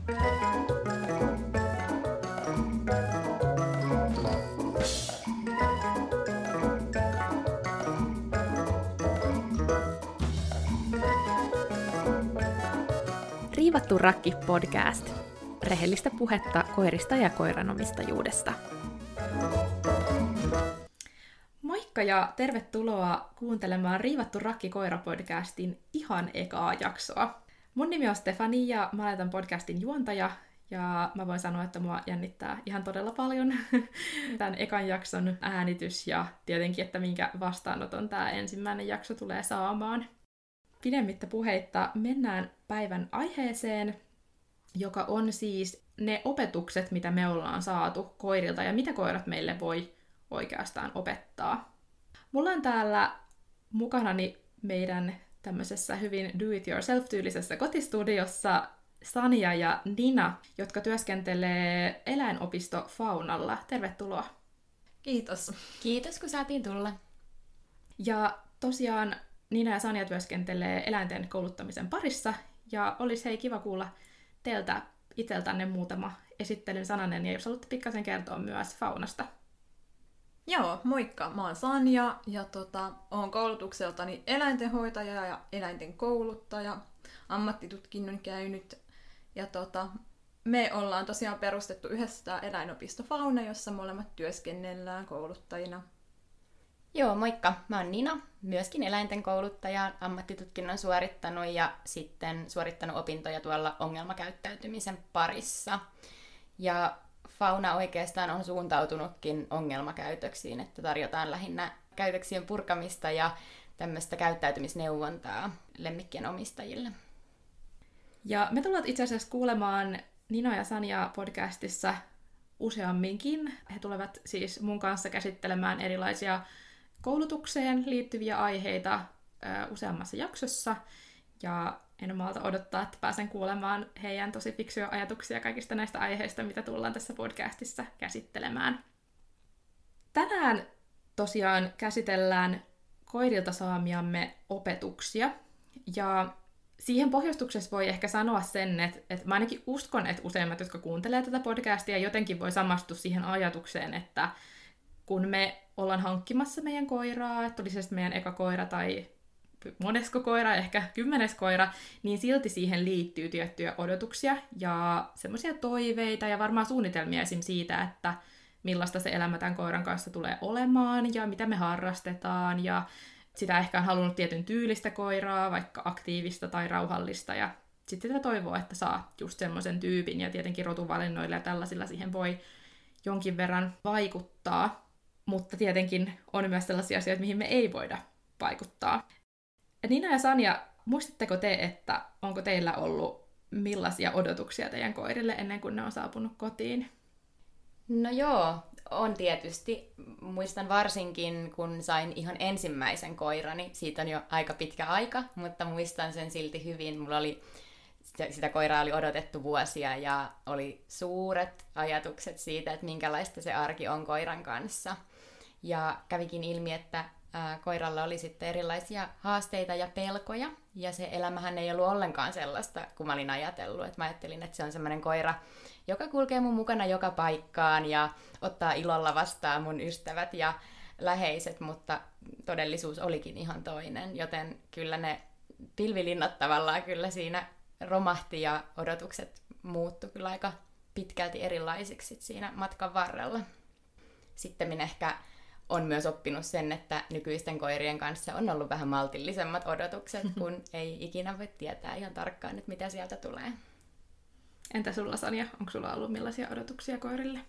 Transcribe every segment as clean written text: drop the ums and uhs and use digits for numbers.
Riivattu rakki podcast. Rehellistä puhetta koirista ja koiranomistajuudesta. Moikka ja tervetuloa kuuntelemaan Riivattu rakki koira-podcastin ihan ekaa jaksoa. Mun nimi on Stefani ja mä olen tämän podcastin juontaja ja mä voin sanoa, että mua jännittää ihan todella paljon tämän ekan jakson äänitys ja tietenkin, että minkä vastaanoton tämä ensimmäinen jakso tulee saamaan. Pidemmittä puheitta mennään päivän aiheeseen, joka on siis ne opetukset, mitä me ollaan saatu koirilta ja mitä koirat meille voi oikeastaan opettaa. Mulla on täällä mukanani meidän tämmöisessä hyvin do-it-yourself-tyylisessä kotistudiossa Sanja ja Nina, jotka työskentelee eläinopisto Faunalla. Tervetuloa. Kiitos. Kiitos, kun saatiin tulla. Ja tosiaan Nina ja Sanja työskentelee eläinten kouluttamisen parissa, ja olisi hei kiva kuulla teiltä itseltänne muutama esittelyn sananen, ja jos haluatte pikkasen kertoa myös Faunasta. Joo, moikka. Mä oon Sanja, ja oon koulutukseltani eläintenhoitaja ja eläinten kouluttaja, ammattitutkinnon käynyt, ja me ollaan tosiaan perustettu yhdessä tää eläinopisto Fauna, jossa molemmat työskennellään kouluttajina. Joo, moikka. Mä oon Nina, myöskin eläinten kouluttaja, ammattitutkinnon suorittanut ja sitten suorittanut opintoja tuolla ongelmakäyttäytymisen parissa. Ja Fauna oikeastaan on suuntautunutkin ongelmakäytöksiin, että tarjotaan lähinnä käytöksien purkamista ja tämmöistä käyttäytymisneuvontaa lemmikkien omistajille. Ja me tullaan itse asiassa kuulemaan Nina ja Sanja podcastissa useamminkin. He tulevat siis mun kanssa käsittelemään erilaisia koulutukseen liittyviä aiheita useammassa jaksossa. Ja en malta odottaa, että pääsen kuulemaan heidän tosi fiksuja ajatuksia kaikista näistä aiheista, mitä tullaan tässä podcastissa käsittelemään. Tänään tosiaan käsitellään koirilta saamiamme opetuksia. Ja siihen pohjustuksessa voi ehkä sanoa sen, että mä ainakin uskon, että useimmat, jotka kuuntelee tätä podcastia, jotenkin voi samastua siihen ajatukseen, että kun me ollaan hankkimassa meidän koiraa, että oli se sitten meidän eka koira tai monesko koira, ehkä 10. koira, niin silti siihen liittyy tiettyjä odotuksia ja semmoisia toiveita ja varmaan suunnitelmia esim. Siitä, että millaista se elämä tämän koiran kanssa tulee olemaan ja mitä me harrastetaan ja sitä ehkä on halunnut tietyn tyylistä koiraa, vaikka aktiivista tai rauhallista ja sitten sitä toivoo, että saa just semmoisen tyypin ja tietenkin rotuvalinnoilla ja tällaisilla siihen voi jonkin verran vaikuttaa. Mutta tietenkin on myös sellaisia asioita, mihin me ei voida vaikuttaa. Nina ja Sanja, muistatteko te, että onko teillä ollut millaisia odotuksia teidän koirille ennen kuin ne on saapunut kotiin? No joo, on tietysti. Muistan varsinkin, kun sain ihan ensimmäisen koirani. Siitä on jo aika pitkä aika, mutta muistan sen silti hyvin. Mulla oli sitä koiraa oli odotettu vuosia ja oli suuret ajatukset siitä, että minkälaista se arki on koiran kanssa. Ja kävikin ilmi, että koiralla oli sitten erilaisia haasteita ja pelkoja, ja se elämähän ei ollut ollenkaan sellaista, kuin mä olin ajatellut. Että mä ajattelin, että se on semmoinen koira, joka kulkee mun mukana joka paikkaan ja ottaa ilolla vastaan mun ystävät ja läheiset, mutta todellisuus olikin ihan toinen, joten kyllä ne pilvilinnat tavallaan kyllä siinä romahti ja odotukset muuttui kyllä aika pitkälti erilaisiksi siinä matkan varrella. Sitten minä ehkä on myös oppinut sen, että nykyisten koirien kanssa on ollut vähän maltillisemmat odotukset, kun ei ikinä voi tietää ihan tarkkaan, että mitä sieltä tulee. Entä sulla, Sanja? Onko sulla ollut millaisia odotuksia koirille?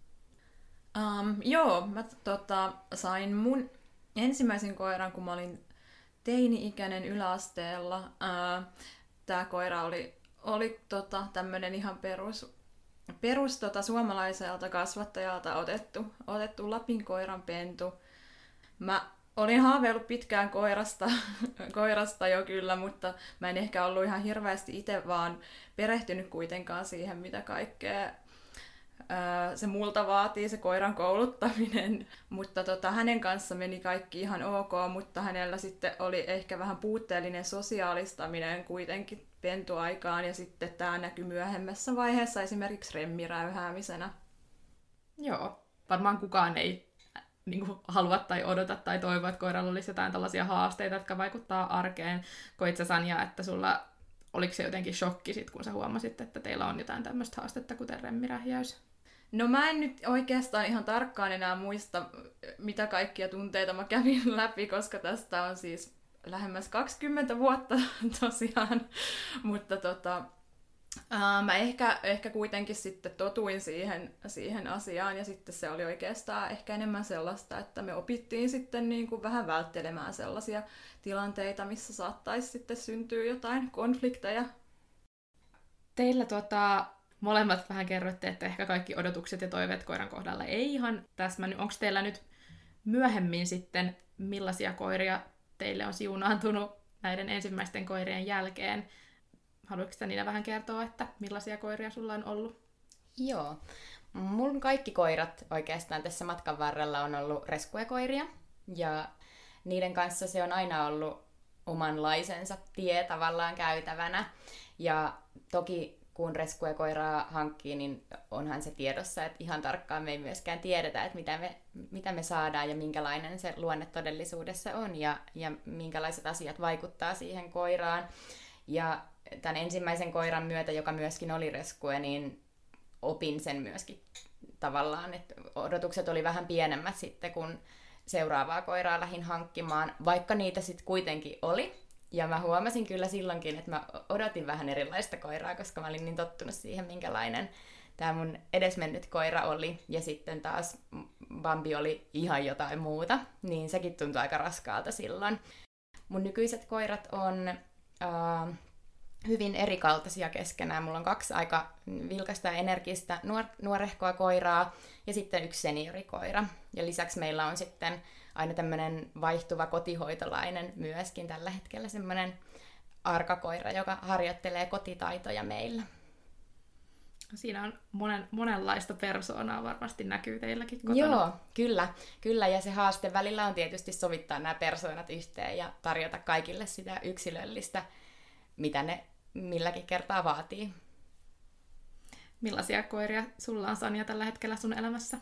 Joo, mä sain mun ensimmäisen koiran, kun mä olin teini-ikäinen yläasteella. Tää koira oli tämmönen ihan perus suomalaiselta kasvattajalta otettu Lapin koiran pentu. Mä olin haaveillut pitkään koirasta jo kyllä, mutta mä en ehkä ollut ihan hirveästi itse vaan perehtynyt kuitenkaan siihen, mitä kaikkea se multa vaatii, se koiran kouluttaminen. Mutta hänen kanssa meni kaikki ihan ok, mutta hänellä sitten oli ehkä vähän puutteellinen sosiaalistaminen kuitenkin pentuaikaan, ja sitten tämä näkyy myöhemmässä vaiheessa esimerkiksi remmiräyhäämisenä. Joo, varmaan kukaan ei niin kuin halua tai odota tai toivoa, että koiralla olisi jotain tällaisia haasteita, jotka vaikuttaa arkeen. Koit sä, Sanja, että sulla oliko se jotenkin shokki sit, kun sä huomasit, että teillä on jotain tämmöistä haastetta, kuten remmirähjäys? No mä en nyt oikeastaan ihan tarkkaan enää muista, mitä kaikkia tunteita mä kävin läpi, koska tästä on siis lähemmäs 20 vuotta tosiaan. Mutta mä ehkä kuitenkin sitten totuin siihen asiaan, ja sitten se oli oikeastaan ehkä enemmän sellaista, että me opittiin sitten niin kuin vähän välttelemään sellaisia tilanteita, missä saattaisi sitten syntyä jotain konflikteja. Teillä molemmat vähän kerroitte, että ehkä kaikki odotukset ja toiveet koiran kohdalla ei ihan täsmännyt. Onko teillä nyt myöhemmin sitten, millaisia koiria teille on siunaantunut näiden ensimmäisten koirien jälkeen? Haluatko sä Niina vähän kertoa, että millaisia koiria sulla on ollut? Joo. Mun kaikki koirat oikeastaan tässä matkan varrella on ollut rescue-koiria. Ja niiden kanssa se on aina ollut omanlaisensa tie tavallaan käytävänä. Ja toki kun rescue-koiraa hankkii, niin onhan se tiedossa, että ihan tarkkaan me ei myöskään tiedetä, että mitä me saadaan ja minkälainen se luonne todellisuudessa on ja minkälaiset asiat vaikuttaa siihen koiraan. Ja tämän ensimmäisen koiran myötä, joka myöskin oli rescue, niin opin sen myöskin tavallaan, että odotukset oli vähän pienemmät sitten, kun seuraavaa koiraa lähdin hankkimaan, vaikka niitä sitten kuitenkin oli. Ja mä huomasin kyllä silloinkin, että mä odotin vähän erilaista koiraa, koska mä olin niin tottunut siihen, minkälainen tämä mun edesmennyt koira oli. Ja sitten taas Bambi oli ihan jotain muuta, niin sekin tuntui aika raskaalta silloin. Mun nykyiset koirat on hyvin erikaltaisia keskenään. Mulla on 2 aika vilkasta ja energistä nuorehkoa koiraa ja sitten 1 seniorikoira. Ja lisäksi meillä on sitten aina tämmöinen vaihtuva kotihoitolainen myöskin tällä hetkellä, semmoinen arkakoira, joka harjoittelee kotitaitoja meillä. Siinä on monenlaista persoonaa varmasti näkyy teilläkin kotona. Joo, kyllä. Ja se haaste välillä on tietysti sovittaa nämä persoonat yhteen ja tarjota kaikille sitä yksilöllistä, mitä ne milläkin kertaa vaatii. Millaisia koiria sulla on, Sanja, tällä hetkellä sun elämässä?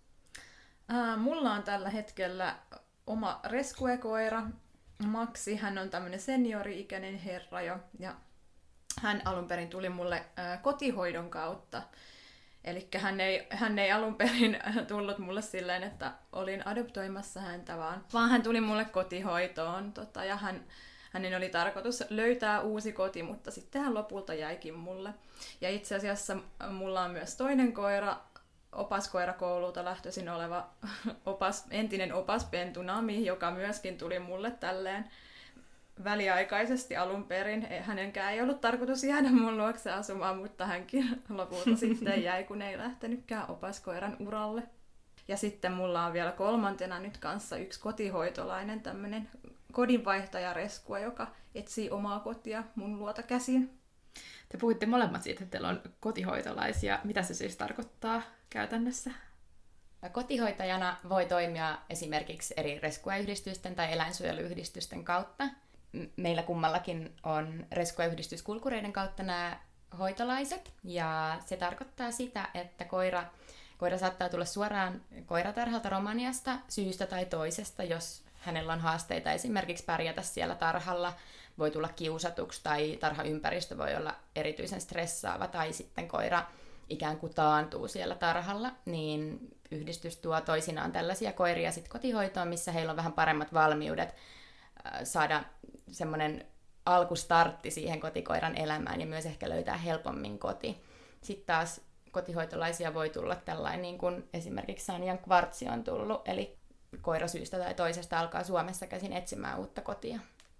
Mulla on tällä hetkellä oma rescue-koira, Maxi. Hän on tämmöinen seniori-ikäinen herra jo, ja hän alun perin tuli mulle kotihoidon kautta. Eli hän ei alun perin tullut mulle silleen, että olin adoptoimassa häntä, vaan hän tuli mulle kotihoitoon, ja hänen oli tarkoitus löytää uusi koti, mutta sitten hän lopulta jäikin mulle. Ja itse asiassa mulla on myös toinen koira, opaskoirakoululta lähtöisin oleva entinen opaspentu Nami, joka myöskin tuli mulle tälleen väliaikaisesti alun perin. Hänenkään ei ollut tarkoitus jäädä mun luokse asumaan, mutta hänkin lopulta sitten jäi, kun ei lähtenytkään opaskoiran uralle. Ja sitten mulla on vielä kolmantena nyt kanssa 1 kotihoitolainen tämmönen kodinvaihtajarescue, joka etsii omaa kotia mun luota käsin. Te puhuitte molemmat siitä, että teillä on kotihoitolaisia. Mitä se siis tarkoittaa käytännössä? Kotihoitajana voi toimia esimerkiksi eri rescue-yhdistysten tai eläinsuojeluyhdistysten kautta. Meillä kummallakin on rescue-yhdistys Kulkureiden kautta nämä hoitolaiset, ja se tarkoittaa sitä, että koira saattaa tulla suoraan koiratarhalta Romaniasta syystä tai toisesta, jos hänellä on haasteita esimerkiksi pärjätä siellä tarhalla, voi tulla kiusatuksi tai tarhaympäristö voi olla erityisen stressaava tai sitten koira ikään kuin taantuu siellä tarhalla, niin yhdistys tuo toisinaan tällaisia koiria sitten kotihoitoon, missä heillä on vähän paremmat valmiudet saada semmoinen alkustartti siihen kotikoiran elämään ja myös ehkä löytää helpommin koti. Sitten taas kotihoitolaisia voi tulla tällainen, niin kuin esimerkiksi Sanjan Kvartsi on tullut, eli koira syystä tai toisesta alkaa Suomessa käsin etsimään uutta kotia.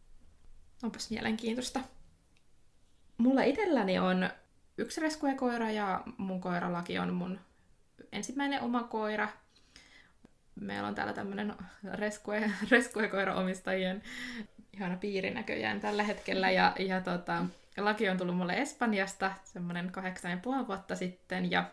Onpas mielenkiintoista. Mulla itselläni on 1 rescue-koira ja mun koiralaki on mun ensimmäinen oma koira. Meillä on täällä tämmönen rescue-koira-omistajien ihana piiri näköjään tällä hetkellä. Ja laki on tullut mulle Espanjasta semmoinen 8,5 vuotta sitten. Ja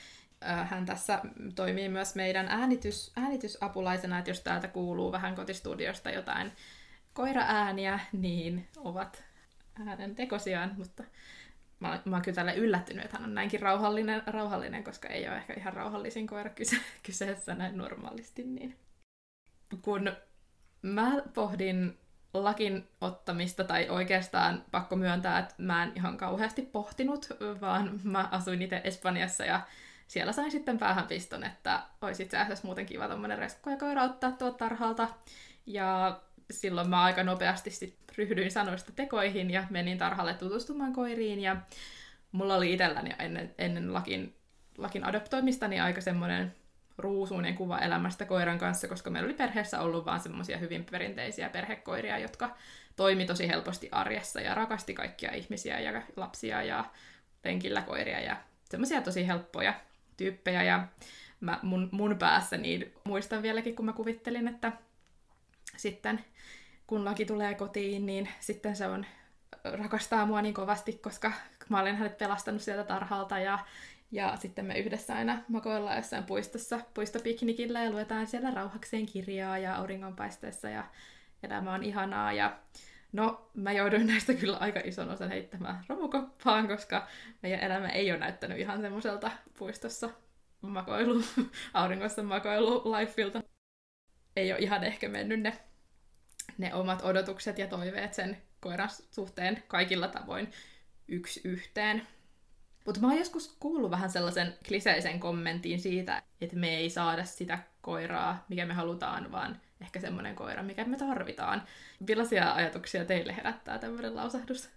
hän tässä toimii myös meidän äänitysapulaisena, että jos täältä kuuluu vähän kotistudiosta jotain koiraääniä, niin ovat hänen tekosiaan, mutta mä oon kyllä tälle yllättynyt, että hän on näinkin rauhallinen, koska ei ole ehkä ihan rauhallisin koira kyseessä näin normaalisti. Niin. Kun mä pohdin lakin ottamista, tai oikeastaan pakko myöntää, että mä en ihan kauheasti pohtinut, vaan mä asuin itse Espanjassa ja siellä sain sitten päähänpiston, että olisi itse asiassa muuten kiva tommonen reskuekoira ottaa tuolta tarhalta. Ja silloin mä aika nopeasti sit ryhdyin sanoista tekoihin ja menin tarhalle tutustumaan koiriin. Ja mulla oli itselläni ennen lakin adoptoimistani aika semmoinen ruusuinen kuva elämästä koiran kanssa, koska meillä oli perheessä ollut vaan semmoisia hyvin perinteisiä perhekoiria, jotka toimi tosi helposti arjessa ja rakasti kaikkia ihmisiä ja lapsia ja lenkillä koiria ja semmoisia tosi helppoja tyyppejä. Ja mun päässä niin muistan vieläkin, kun mä kuvittelin, että sitten kun laki tulee kotiin, niin sitten se rakastaa mua niin kovasti, koska mä olen hänet pelastanut sieltä tarhalta ja sitten me yhdessä aina makoillaan jossain puistopiknikillä ja luetaan siellä rauhakseen kirjaa ja auringonpaisteessa ja elämä on ihanaa. Ja no, mä jouduin näistä kyllä aika ison osan heittämään romukoppaan, koska meidän elämä ei ole näyttänyt ihan semmoiselta puistossa auringossa makoilu-lifeilta. Ei ole ihan ehkä mennyt ne omat odotukset ja toiveet sen koiran suhteen kaikilla tavoin yksi yhteen. Mutta mä oon joskus kuullut vähän sellaisen kliseisen kommentin siitä, että me ei saada sitä koiraa, mikä me halutaan, vaan ehkä semmoinen koira, mikä me tarvitaan. Millaisia ajatuksia teille herättää tämmöinen lausahdus?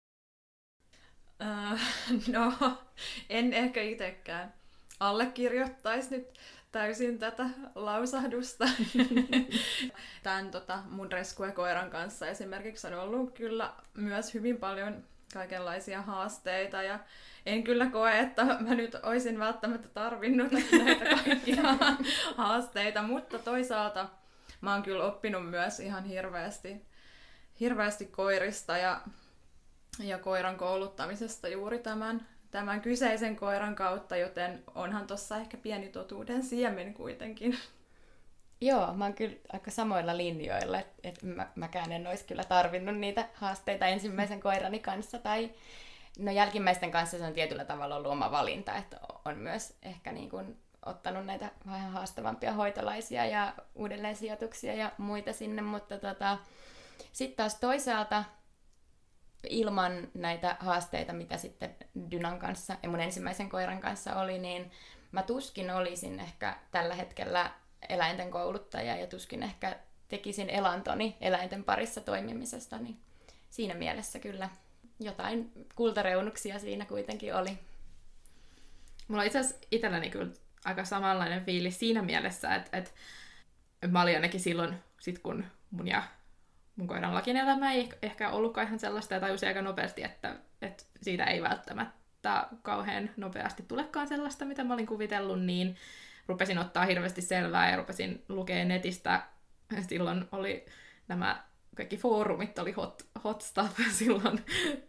No, en ehkä itsekään allekirjoittaisi nyt täysin tätä lausahdusta. Tämän mun rescue-koiran kanssa esimerkiksi on ollut kyllä myös hyvin paljon kaikenlaisia haasteita ja en kyllä koe, että mä nyt olisin välttämättä tarvinnut näitä kaikkia haasteita, mutta toisaalta mä oon kyllä oppinut myös ihan hirveästi koirista ja koiran kouluttamisesta juuri tämän kyseisen koiran kautta, joten onhan tossa ehkä pieni totuuden siemen kuitenkin. Joo, mä oon kyllä aika samoilla linjoilla, että mäkään en olisi kyllä tarvinnut niitä haasteita ensimmäisen koirani kanssa. Tai no jälkimmäisten kanssa se on tietyllä tavalla ollut oma valinta, että on myös ehkä niin kuin ottanut näitä vähän haastavampia hoitolaisia ja uudelleensijoituksia ja muita sinne, mutta sitten taas toisaalta ilman näitä haasteita, mitä sitten Dynan kanssa ja mun ensimmäisen koiran kanssa oli, niin mä tuskin olisin ehkä tällä hetkellä eläinten kouluttaja ja tuskin ehkä tekisin elantoni eläinten parissa toimimisesta, niin siinä mielessä kyllä jotain kultareunuksia siinä kuitenkin oli. Mulla on itse asiassa itselläni kyllä aika samanlainen fiilis siinä mielessä, että mä olin ainakin silloin, kun mun koiran lakin elämä ei ehkä ollutkaan ihan sellaista, ja tajusin aika nopeasti, että siitä ei välttämättä kauhean nopeasti tulekaan sellaista, mitä mä olin kuvitellut, niin rupesin ottaa hirveästi selvää ja rupesin lukemaan netistä. Silloin oli nämä kaikki foorumit, oli hot stuff silloin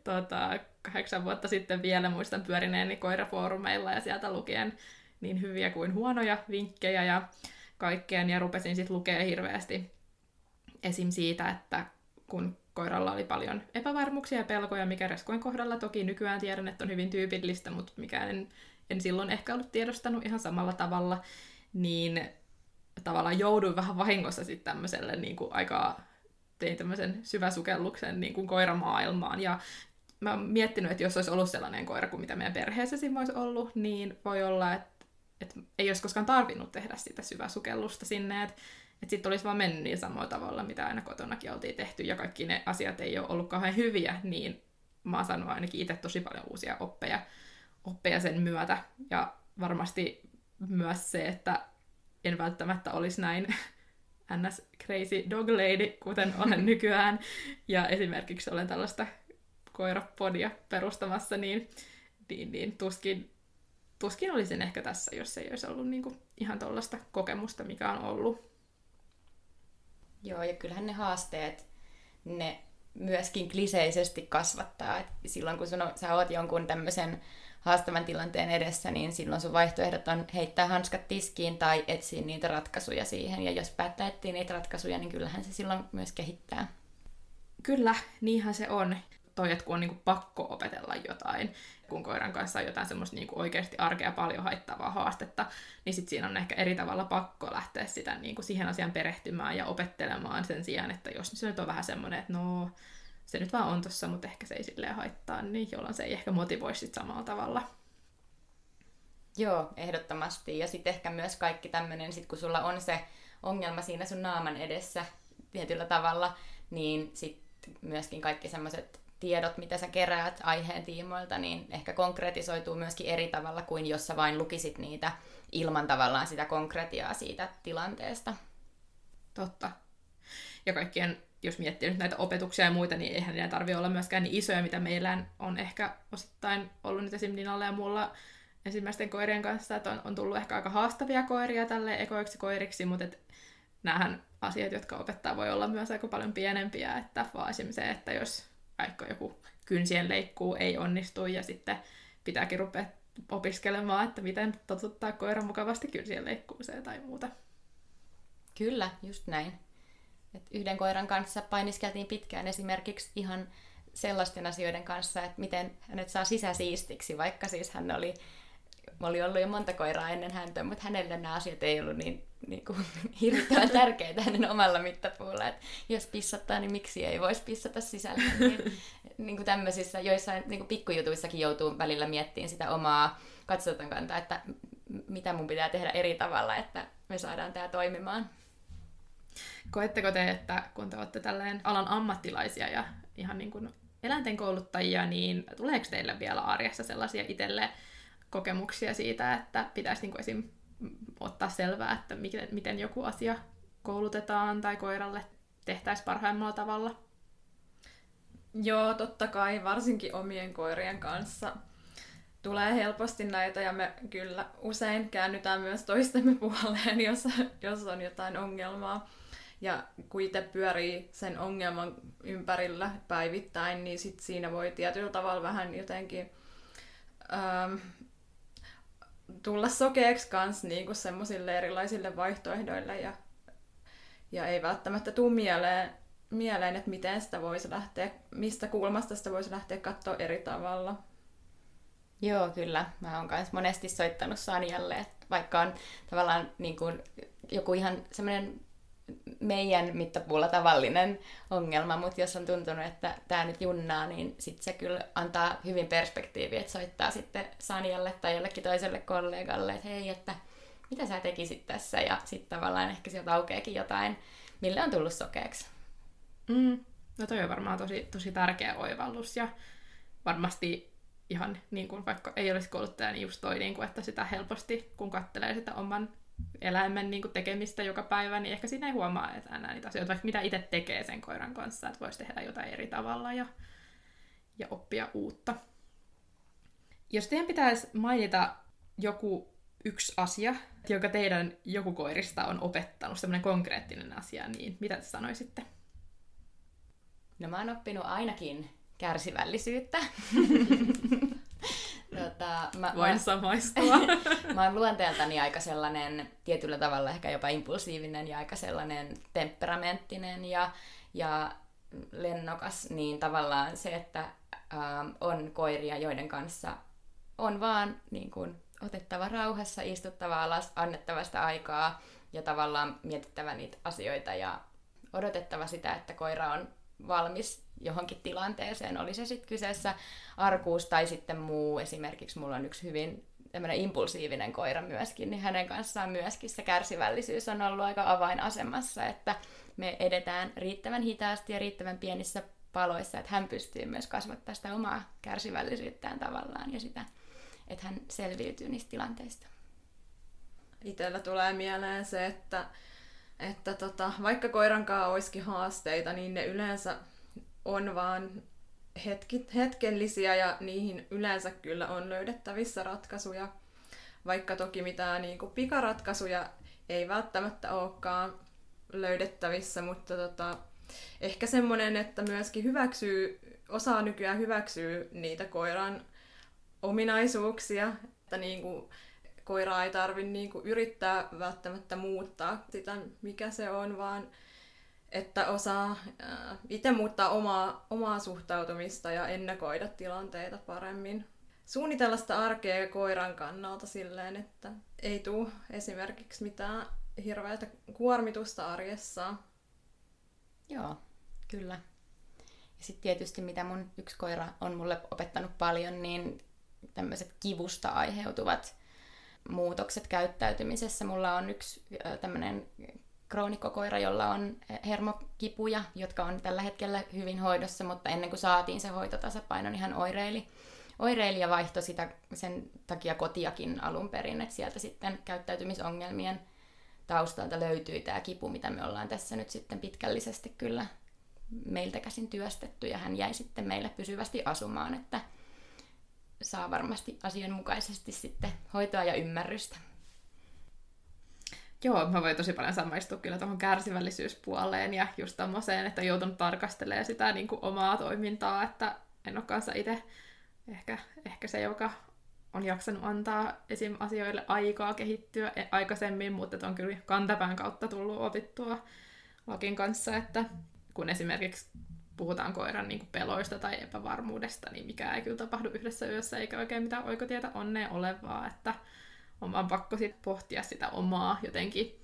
8 vuotta sitten vielä. Muistan pyörineeni koirafoorumeilla ja sieltä lukien niin hyviä kuin huonoja vinkkejä ja kaikkeen. Ja rupesin sitten lukemaan hirveästi esim. Siitä, että kun koiralla oli paljon epävarmuuksia ja pelkoja, mikä reskuen kohdalla toki nykyään tiedän, että on hyvin tyypillistä, mutta mikä en silloin ehkä ollut tiedostanut ihan samalla tavalla, niin tavallaan jouduin vähän vahingossa sitten tämmöiselle niin kuin tein tämmöisen syväsukelluksen niin kuin koiramaailmaan. Ja mä oon miettinyt, että jos olisi ollut sellainen koira kuin mitä meidän perheessä siinä olisi ollut, niin voi olla, että ei olisi koskaan tarvinnut tehdä sitä syväsukellusta sinne, että sitten olisi vaan mennyt niin samoilla tavalla, mitä aina kotonakin oltiin tehty, ja kaikki ne asiat ei ole ollut kauhean hyviä, niin mä oon saanut ainakin itse tosi paljon uusia oppeja sen myötä. Ja varmasti myös se, että en välttämättä olisi näin ns. Crazy dog lady, kuten olen nykyään. Ja esimerkiksi olen tällaista koirapodia perustamassa, niin tuskin olisin ehkä tässä, jos ei olisi ollut niinku ihan tuollaista kokemusta, mikä on ollut. Joo, ja kyllähän ne haasteet, ne myöskin kliseisesti kasvattaa. Et silloin kun sä oot jonkun tämmöisen haastavan tilanteen edessä, niin silloin sun vaihtoehdot on heittää hanskat tiskiin tai etsiä niitä ratkaisuja siihen. Ja jos päättää etsiä niitä ratkaisuja, niin kyllähän se silloin myös kehittää. Kyllä, niinhän se on. toi, että kun on niinku pakko opetella jotain, kun koiran kanssa on jotain semmoista niinku oikeasti arkea paljon haittavaa haastetta, niin sit siinä on ehkä eri tavalla pakko lähteä sitä niinku siihen asiaan perehtymään ja opettelemaan sen sijaan, että jos se nyt on vähän semmoinen, että no, se nyt vaan on tossa, mutta ehkä se ei silleen haittaa, niin jolloin se ei ehkä motivoi sit samalla tavalla. Joo, ehdottomasti. Ja sitten ehkä myös kaikki tämmöinen, sit kun sulla on se ongelma siinä sun naaman edessä tietyllä tavalla, niin sitten myöskin kaikki semmoiset tiedot, mitä sä keräät aiheen tiimoilta, niin ehkä konkretisoituu myöskin eri tavalla kuin jos sä vain lukisit niitä ilman tavallaan sitä konkretiaa siitä tilanteesta. Totta. Ja kaikkien, jos miettii nyt näitä opetuksia ja muita, niin eihän niitä tarvitse olla myöskään niin isoja, mitä meillä on ehkä osittain ollut nyt esimerkiksi Ninalla ja mulla ensimmäisten koirien kanssa, että on tullut ehkä aika haastavia koiria tälleen ekoiksi koiriksi, mutta näähän asiat, jotka opettaa, voi olla myös aika paljon pienempiä, että vaan esimerkiksi se, että jos vaikka joku kynsien leikkuu ei onnistu ja sitten pitääkin rupea opiskelemaan, että miten totuttaa koira mukavasti kynsien leikkuuseen tai muuta. Kyllä, just näin. Et yhden koiran kanssa painiskeltiin pitkään esimerkiksi ihan sellaisten asioiden kanssa, että miten hänet saa sisäsiistiksi, vaikka siis hän oli ollut jo monta koiraa ennen häntä, mutta hänelle nämä asiat ei ollut niin kuin hirvittävän tärkeitä hänen omalla mittapuulla. Että jos pissattaa, niin miksi ei voisi pissata sisällä. Niin kuin tämmöisissä, joissain niin kuin pikkujutuissakin joutuu välillä miettimään sitä omaa katsotan kantaa, että mitä mun pitää tehdä eri tavalla, että me saadaan tämä toimimaan. Koetteko te, että kun te olette tällainen alan ammattilaisia ja ihan niin kuin eläinten kouluttajia, niin tuleeko teille vielä arjessa sellaisia itselle kokemuksia siitä, että pitäisi niin kuin esim. Ottaa selvää, että miten joku asia koulutetaan tai koiralle tehtäisiin parhaimmalla tavalla? Joo, totta kai, varsinkin omien koirien kanssa tulee helposti näitä, ja me kyllä usein käännytään myös toistemme puoleen, jos on jotain ongelmaa. Ja kun itse pyörii sen ongelman ympärillä päivittäin, niin sit siinä voi tietyllä tavalla vähän jotenkin tulla sokeeksi kanssa niin kuin semmoisille erilaisille vaihtoehdoille, ja ei välttämättä tule mieleen, että miten sitä voisi lähteä, mistä kulmasta sitä voisi lähteä katsoa eri tavalla. Joo, kyllä. Mä oon myös monesti soittanut Sanjalle, että vaikka on tavallaan niin kuin joku ihan semmoinen meidän mittapuulla tavallinen ongelma, mutta jos on tuntunut, että tämä nyt junnaa, niin sitten se kyllä antaa hyvin perspektiiviä, että soittaa sitten Sanjalle tai jollekin toiselle kollegalle, että hei, että mitä sä tekisit tässä, ja sitten tavallaan ehkä sieltä aukeakin jotain, mille on tullut sokeeksi. No toi on varmaan tosi tärkeä oivallus, ja varmasti ihan niin kuin vaikka ei olisi kouluttaja, niin just toi, niin kuin, että sitä helposti, kun katselee sitä oman eläimen niin kuin tekemistä joka päivä, niin ehkä siinä ei huomaa enää niitä asioita, vaikka mitä itse tekee sen koiran kanssa, että voisi tehdä jotain eri tavalla ja oppia uutta. Jos teidän pitäisi mainita yksi asia, joka teidän joku koirista on opettanut, semmoinen konkreettinen asia, niin mitä te sanoisitte? No mä oon oppinut ainakin kärsivällisyyttä. Voin samaistua. Mä oon luonteeltani aika sellainen tietyllä tavalla ehkä jopa impulsiivinen ja aika sellainen temperamenttinen ja lennokas, niin tavallaan se, että on koiria, joiden kanssa on vaan niin kuin otettava rauhassa, istuttava alas, annettava sitä aikaa ja tavallaan mietittävä niitä asioita ja odotettava sitä, että koira on valmis johonkin tilanteeseen, oli se sitten kyseessä arkuus tai sitten muu. Esimerkiksi mulla on yksi hyvin impulsiivinen koira myöskin, niin hänen kanssaan myöskin se kärsivällisyys on ollut aika avainasemassa, että me edetään riittävän hitaasti ja riittävän pienissä paloissa, että hän pystyy myös kasvattaa sitä omaa kärsivällisyyttään tavallaan ja sitä, että hän selviytyy niistä tilanteista. Itsellä tulee mieleen se, että vaikka koiran kanssa olisikin haasteita, niin ne yleensä on vaan hetkellisiä ja niihin yleensä kyllä on löydettävissä ratkaisuja. Vaikka toki mitään niin kuin pikaratkaisuja ei välttämättä olekaan löydettävissä, mutta ehkä semmoinen, että myöskin osaa nykyään hyväksyy niitä koiran ominaisuuksia, että niin kuin koiraa ei tarvitse niin kuin yrittää välttämättä muuttaa sitä, mikä se on, vaan että osaa itse muuttaa omaa suhtautumista ja ennakoida tilanteita paremmin. Suunnitella sitä arkea koiran kannalta silleen, että ei tule esimerkiksi mitään hirveätä kuormitusta arjessa. Joo, kyllä. Ja sitten tietysti mitä mun yksi koira on mulle opettanut paljon, niin tämmöiset kivusta aiheutuvat muutokset käyttäytymisessä. Mulla on yksi tämmöinen kroonikkokoira, jolla on hermokipuja, jotka on tällä hetkellä hyvin hoidossa, mutta ennen kuin saatiin se hoitotasapaino, niin hän oireili ja vaihtoi sitä sen takia kotiakin alun perin, että sieltä sitten käyttäytymisongelmien taustalta löytyi tämä kipu, mitä me ollaan tässä nyt sitten pitkällisesti kyllä meiltä käsin työstetty, ja hän jäi sitten meille pysyvästi asumaan, että saa varmasti asianmukaisesti sitten hoitoa ja ymmärrystä. Joo, mä voin tosi paljon samaistua kyllä tuohon kärsivällisyyspuoleen ja just tommoseen, että on joutunut tarkastelemaan sitä niin kuin omaa toimintaa, että en ole kanssa itse ehkä se, joka on jaksanut antaa esim. Asioille aikaa kehittyä aikaisemmin, mutta on kyllä kantapään kautta tullut opittua Lakin kanssa, että kun esimerkiksi puhutaan koiran niin kuin peloista tai epävarmuudesta, niin mikä ei kyllä tapahdu yhdessä yössä, eikä oikein mitään oikotietä onneen ole, vaan että on vaan pakko sit pohtia sitä omaa jotenkin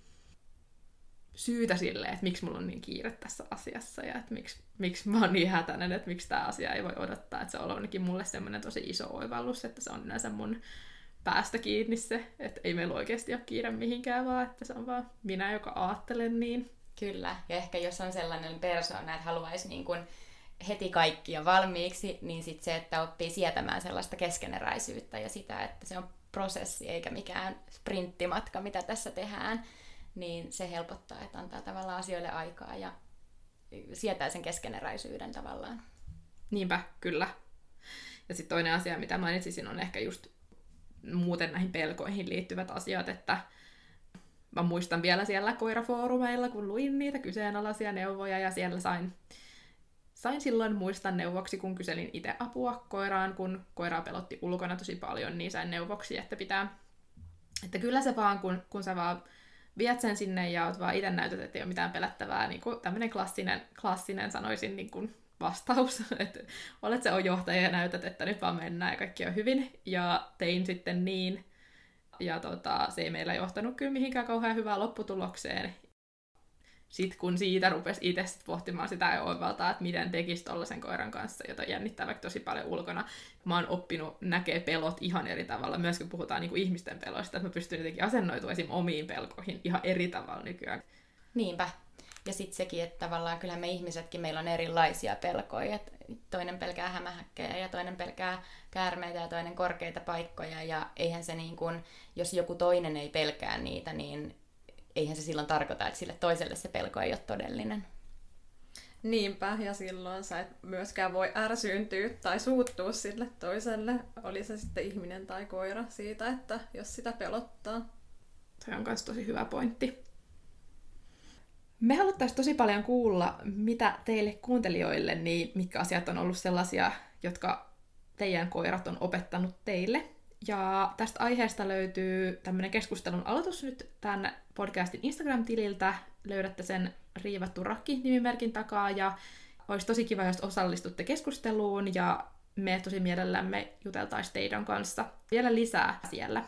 syytä sille, että miksi mulla on niin kiire tässä asiassa ja että miksi mä oon niin hätäinen, että miksi tämä asia ei voi odottaa. Että se on ainakin mulle semmoinen tosi iso oivallus, että se on yleensä mun päästä kiinni se, että ei meillä oikeasti ole kiire mihinkään, vaan että se on vaan minä, joka ajattelen niin. Kyllä, ja ehkä jos on sellainen persoona, että haluaisi niin kuin heti kaikkia valmiiksi, niin sitten se, että oppii sietämään sellaista keskeneräisyyttä ja sitä, että se on prosessi eikä mikään sprinttimatka, mitä tässä tehdään, niin se helpottaa, että antaa tavallaan asioille aikaa ja sietää sen keskeneräisyyden tavallaan. Niinpä, kyllä. Ja sitten toinen asia, mitä mainitsisin, on ehkä just muuten näihin pelkoihin liittyvät asiat, että mä muistan vielä siellä koirafoorumeilla, kun luin niitä kyseenalaisia neuvoja, ja siellä sain silloin muistan neuvoksi, kun kyselin itse apua koiraan, kun koiraa pelotti ulkona tosi paljon, niin sain neuvoksi, että kyllä se vaan, kun sä vaan viet sen sinne ja oot vaan itse näytät, että ei ole mitään pelättävää, niin kuin tämmöinen klassinen sanoisin niin kuin vastaus, että olet se on johtaja ja näytät, että nyt vaan mennään ja kaikki on hyvin, ja tein sitten niin, ja se ei meillä johtanut kyllä mihinkään kauhean hyvään lopputulokseen. Sitten kun siitä rupesi itse pohtimaan sitä ja oivaltaa, että miten tekisi tollaisen koiran kanssa, jota jännittää vaikka tosi paljon ulkona. Mä oon oppinut näkee pelot ihan eri tavalla, myös kun puhutaan niin kuin ihmisten peloista, että mä pystyn jotenkin asennoitumaan esim. Omiin pelkoihin ihan eri tavalla nykyään. Niinpä. Ja sitten sekin, että tavallaan kyllä me ihmisetkin, meillä on erilaisia pelkoja. Että toinen pelkää hämähäkkejä ja toinen pelkää käärmeitä ja toinen korkeita paikkoja. Ja eihän se niin kuin, jos joku toinen ei pelkää niitä, niin eihän se silloin tarkoita, että sille toiselle se pelko ei ole todellinen. Niinpä, ja silloin sä et myöskään voi ärsyyntyä tai suuttua sille toiselle, oli se sitten ihminen tai koira, siitä, että jos sitä pelottaa. Se on myös tosi hyvä pointti. Me haluttaisiin tosi paljon kuulla, mitä teille kuuntelijoille, niin mitkä asiat on ollut sellaisia, jotka teidän koirat on opettanut teille. Ja tästä aiheesta löytyy tämmöinen keskustelun aloitus nyt tämän podcastin Instagram-tililtä. Löydätte sen Riivattu Rakki-nimimerkin takaa, ja olisi tosi kiva, jos osallistutte keskusteluun, ja me tosi mielellämme juteltaisiin teidän kanssa vielä lisää siellä.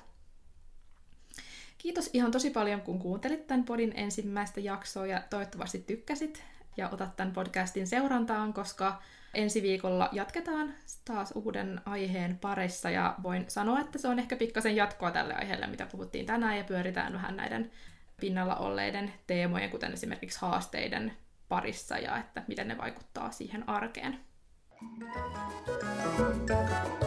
Kiitos ihan tosi paljon, kun kuuntelit tämän podin ensimmäistä jaksoa, ja toivottavasti tykkäsit ja otat tämän podcastin seurantaan, koska ensi viikolla jatketaan taas uuden aiheen parissa, ja voin sanoa, että se on ehkä pikkasen jatkoa tälle aiheelle, mitä puhuttiin tänään, ja pyöritään vähän näiden pinnalla olleiden teemojen, kuten esimerkiksi haasteiden parissa, ja että miten ne vaikuttaa siihen arkeen.